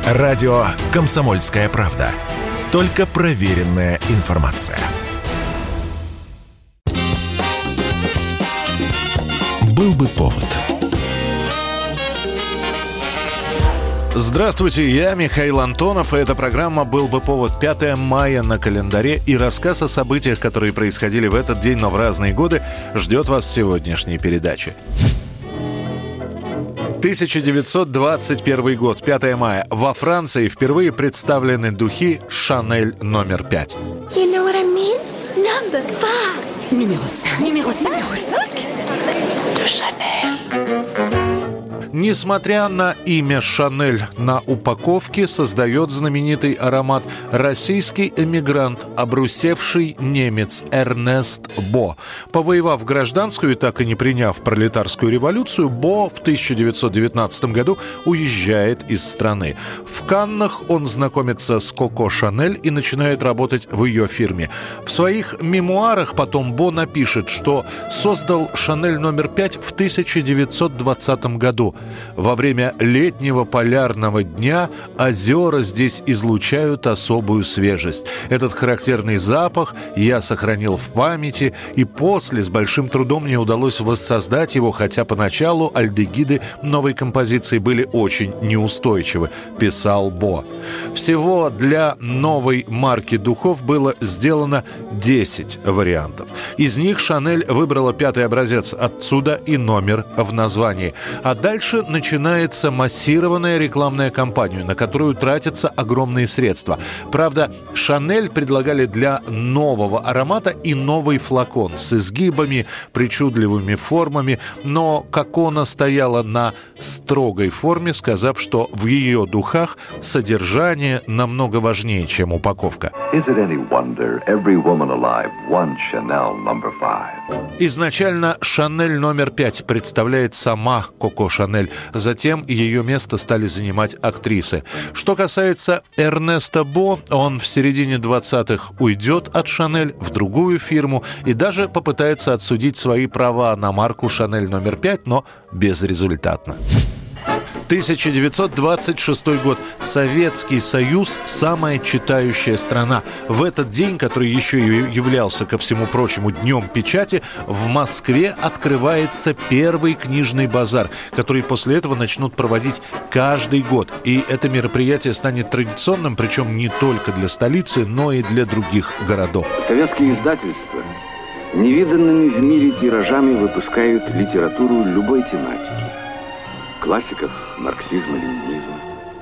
Радио «Комсомольская правда». Только проверенная информация. Был бы повод. Здравствуйте, я Михаил Антонов, и эта программа «Был бы повод». 5 мая на календаре, и рассказ о событиях, которые происходили в этот день, но в разные годы, ждет вас в сегодняшней передаче. 1921 год, 5 мая. Во Франции впервые представлены духи «Шанель номер 5». You know what I mean? Number 5. Numéro 5. Numéro 5. Numéro 5 de Chanel. Несмотря на имя «Шанель» на упаковке, создает знаменитый аромат российский эмигрант, обрусевший немец Эрнест Бо. Повоевав гражданскую и так и не приняв пролетарскую революцию, Бо в 1919 году уезжает из страны. В Каннах он знакомится с Коко Шанель и начинает работать в ее фирме. В своих мемуарах потом Бо напишет, что создал «Шанель номер 5» в 1920 году. Во время летнего полярного дня озера здесь излучают особую свежесть. Этот характерный запах я сохранил в памяти, и после с большим трудом мне удалось воссоздать его, хотя поначалу альдегиды новой композиции были очень неустойчивы, писал Бо. Всего для новой марки духов было сделано 10 вариантов. Из них Шанель выбрала 5-й образец, отсюда и номер в названии. А дальше начинается массированная рекламная кампания, на которую тратятся огромные средства. Правда, Шанель предлагали для нового аромата и новый флакон с изгибами, причудливыми формами, но Коко настояла на строгой форме, сказав, что в ее духах содержание намного важнее, чем упаковка. Изначально «Шанель номер 5» представляет сама Коко Шанель. Затем ее место стали занимать актрисы. Что касается Эрнеста Бо, он в середине 20-х уйдет от Шанель в другую фирму и даже попытается отсудить свои права на марку «Шанель номер 5», но безрезультатно. 1926 год. Советский Союз – самая читающая страна. В этот день, который еще и являлся, ко всему прочему, днем печати, в Москве открывается первый книжный базар, который после этого начнут проводить каждый год. И это мероприятие станет традиционным, причем не только для столицы, но и для других городов. Советские издательства невиданными в мире тиражами выпускают литературу любой тематики. Классиков марксизма, ленинизма,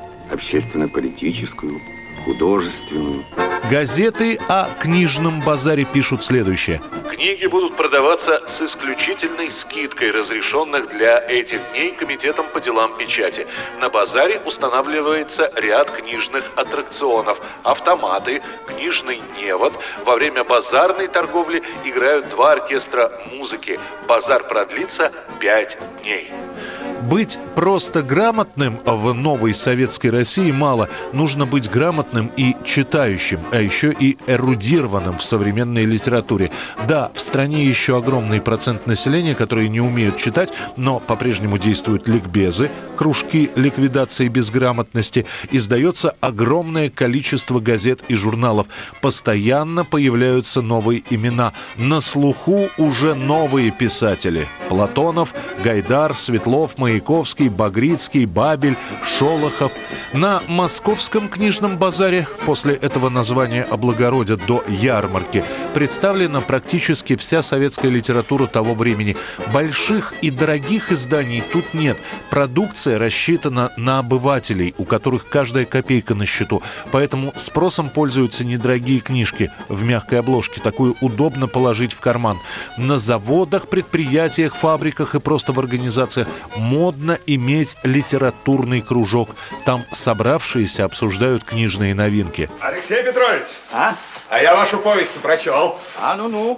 общественно-политическую, художественную. Газеты о книжном базаре пишут следующее. Книги будут продаваться с исключительной скидкой, разрешенных для этих дней Комитетом по делам печати. На базаре устанавливается ряд книжных аттракционов, автоматы, книжный невод. Во время базарной торговли играют 2 оркестра музыки. Базар продлится 5 дней. Быть просто грамотным в новой советской России мало. Нужно быть грамотным и читающим, а еще и эрудированным в современной литературе. Да, в стране еще огромный процент населения, которые не умеют читать, но по-прежнему действуют ликбезы, кружки ликвидации безграмотности. Издается огромное количество газет и журналов. Постоянно появляются новые имена. На слуху уже новые писатели. Платонов, Гайдар, Светлов, Маяковский, Багрицкий, Бабель, Шолохов. На Московском книжном базаре, после этого названия облагородят до ярмарки, представлена практически вся советская литература того времени. Больших и дорогих изданий тут нет. Продукция рассчитана на обывателей, у которых каждая копейка на счету. Поэтому спросом пользуются недорогие книжки в мягкой обложке. Такую удобно положить в карман. На заводах, предприятиях, фабриках и просто в организациях модно иметь литературный кружок. Там собравшиеся обсуждают книжные новинки. Алексей Петрович! А? А я вашу повесть прочел. А, ну-ну.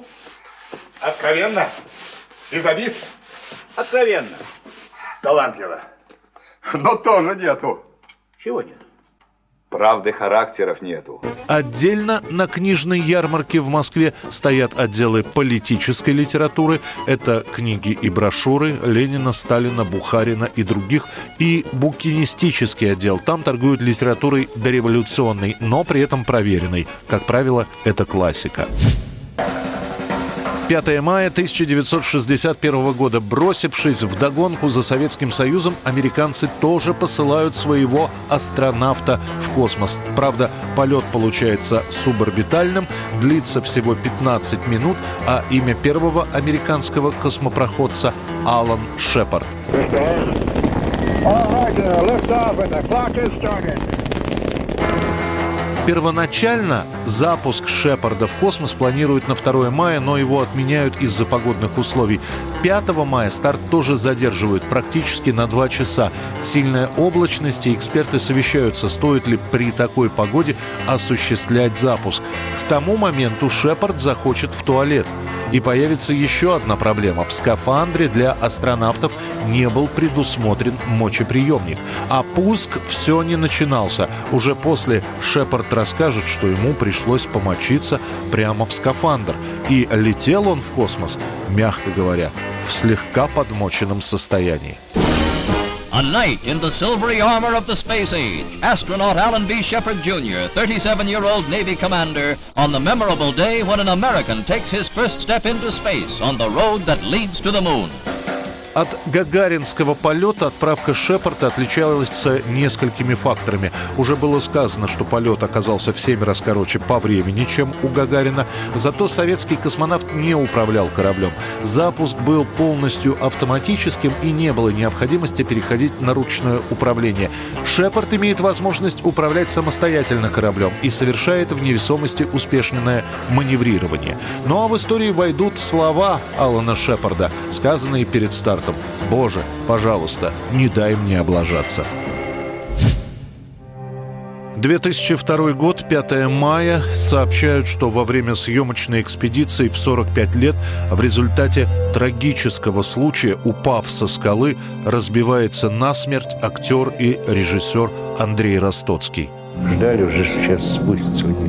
Откровенно? Без обид? Откровенно. Талантливо. Но тоже нету. Чего нет? Правды характеров нету. Отдельно на книжной ярмарке в Москве стоят отделы политической литературы. Это книги и брошюры Ленина, Сталина, Бухарина и других. И букинистический отдел. Там торгуют литературой дореволюционной, но при этом проверенной. Как правило, это классика. 5 мая 1961 года. Бросившись вдогонку за Советским Союзом, американцы тоже посылают своего астронавта в космос. Правда, полет получается суборбитальным, длится всего 15 минут, а имя первого американского космопроходца — Алан Шепард. Первоначально запуск Шепарда в космос планируют на 2 мая, но его отменяют из-за погодных условий. 5 мая старт тоже задерживают практически на 2 часа. Сильная облачность, и эксперты совещаются, стоит ли при такой погоде осуществлять запуск. К тому моменту Шепард захочет в туалет. И появится еще одна проблема. В скафандре для астронавтов не был предусмотрен мочеприемник. А пуск все не начинался. Уже после Шепард расскажет, что ему пришлось помочиться прямо в скафандр. И летел он в космос, мягко говоря, в слегка подмоченном состоянии. A knight in the silvery armor of the space age, astronaut Alan B. Shepard Jr., 37-year-old Navy commander, on the memorable day when an American takes his first step into space on the road that leads to the moon. От гагаринского полета отправка Шепарда отличалась несколькими факторами. Уже было сказано, что полет оказался в 7 раз короче по времени, чем у Гагарина. Зато советский космонавт не управлял кораблем. Запуск был полностью автоматическим, и не было необходимости переходить на ручное управление. Шепард имеет возможность управлять самостоятельно кораблем и совершает в невесомости успешное маневрирование. Ну а в историю войдут слова Алана Шепарда, сказанные перед стартом: «Боже, пожалуйста, не дай мне облажаться». 2002 год, 5 мая. Сообщают, что во время съемочной экспедиции в 45 лет в результате трагического случая, упав со скалы, разбивается насмерть актер и режиссер Андрей Ростоцкий. Ждали уже, сейчас спустится вниз.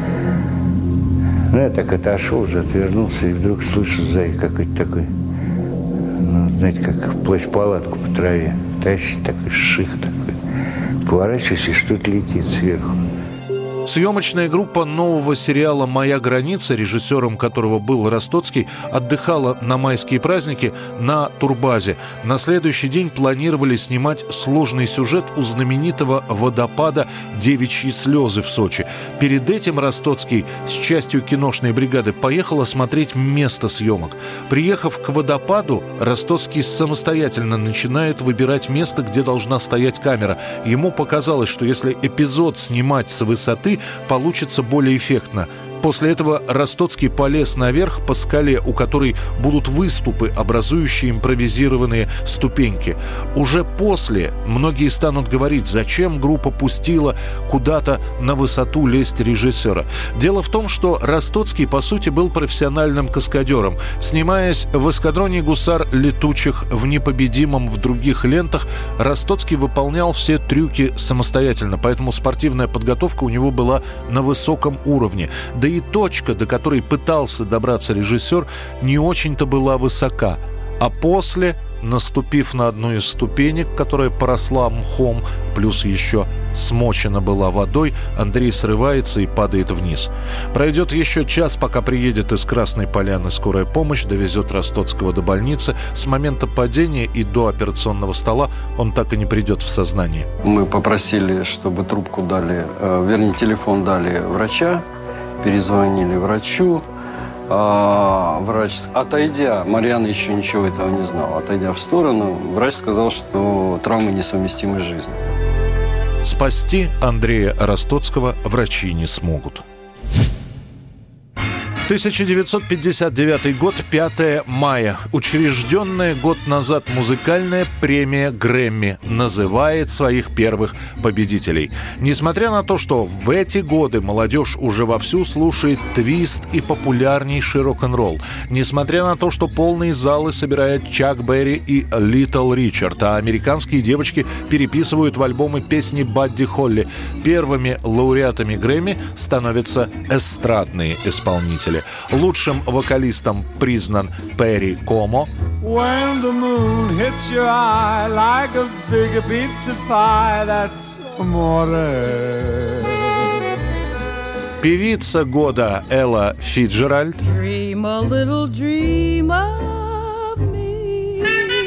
Ну, я так отошел, уже отвернулся, и вдруг слышу сзади какой-то такой, ну, знаете, как плащ-палатку по траве тащит, такой ших такой. Поворачиваюсь, и что-то летит сверху. Съемочная группа нового сериала «Моя граница», режиссером которого был Ростоцкий, отдыхала на майские праздники на турбазе. На следующий день планировали снимать сложный сюжет у знаменитого водопада «Девичьи слезы» в Сочи. Перед этим Ростоцкий с частью киношной бригады поехал осмотреть место съемок. Приехав к водопаду, Ростоцкий самостоятельно начинает выбирать место, где должна стоять камера. Ему показалось, что если эпизод снимать с высоты, получится более эффектно. После этого Ростоцкий полез наверх по скале, у которой будут выступы, образующие импровизированные ступеньки. Уже после многие станут говорить, зачем группа пустила куда-то на высоту лезть режиссера. Дело в том, что Ростоцкий, по сути, был профессиональным каскадером. Снимаясь в «Эскадроне гусар летучих», в «Непобедимом», в других лентах, Ростоцкий выполнял все трюки самостоятельно, поэтому спортивная подготовка у него была на высоком уровне. Да и точка, до которой пытался добраться режиссер, не очень-то была высока. А после, наступив на одну из ступенек, которая поросла мхом, плюс еще смочена была водой, Андрей срывается и падает вниз. Пройдет еще час, пока приедет из Красной Поляны скорая помощь, довезет Ростоцкого до больницы. С момента падения и до операционного стола он так и не придет в сознание. Мы попросили, чтобы трубку дали, вернее, телефон дали врача. Перезвонили врачу, врач, отойдя, Марьяна еще ничего этого не знала, отойдя в сторону, врач сказал, что травмы несовместимы с жизнью. Спасти Андрея Ростоцкого врачи не смогут. 1959 год, 5 мая. Учрежденная год назад музыкальная премия Грэмми называет своих первых победителей. Несмотря на то, что в эти годы молодежь уже вовсю слушает твист и популярнейший рок-н-ролл, несмотря на то, что полные залы собирает Чак Берри и Литл Ричард, а американские девочки переписывают в альбомы песни Бадди Холли, первыми лауреатами Грэмми становятся эстрадные исполнители. Лучшим вокалистом признан Перри Комо. When the moon hits your eye like a big pizza pie, that's amore. Певица года Элла Фицджеральд. Dream a little dream of me.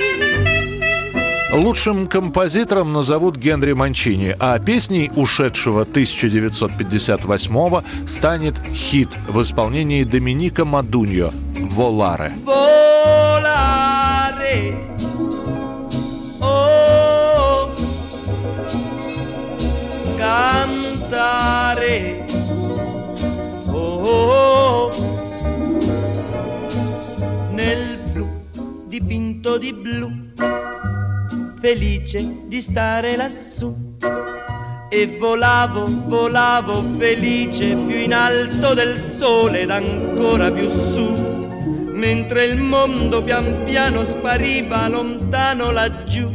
Лучшим композитором назовут Генри Манчини, а песней ушедшего 1958-го станет хит в исполнении Доминика Модуньо «Воларе». Volare, oh, cantare, oh, nel blu dipinto di blu, felice di stare lassù. E volavo, volavo felice più in alto del sole ed ancora più su, mentre il mondo pian piano spariva lontano laggiù.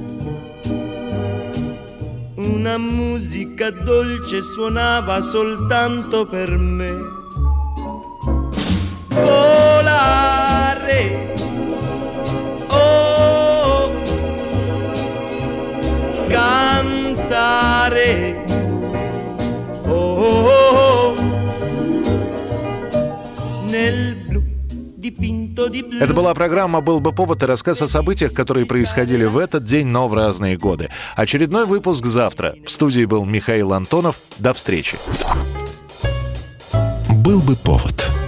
Una musica dolce suonava soltanto per me. Volare, oh, cantare, oh, nel blu dipinto di blu. Это была программа «Был бы повод» и рассказ о событиях, которые происходили в этот день, но в разные годы. Очередной выпуск завтра. В студии был Михаил Антонов. До встречи. «Был бы повод»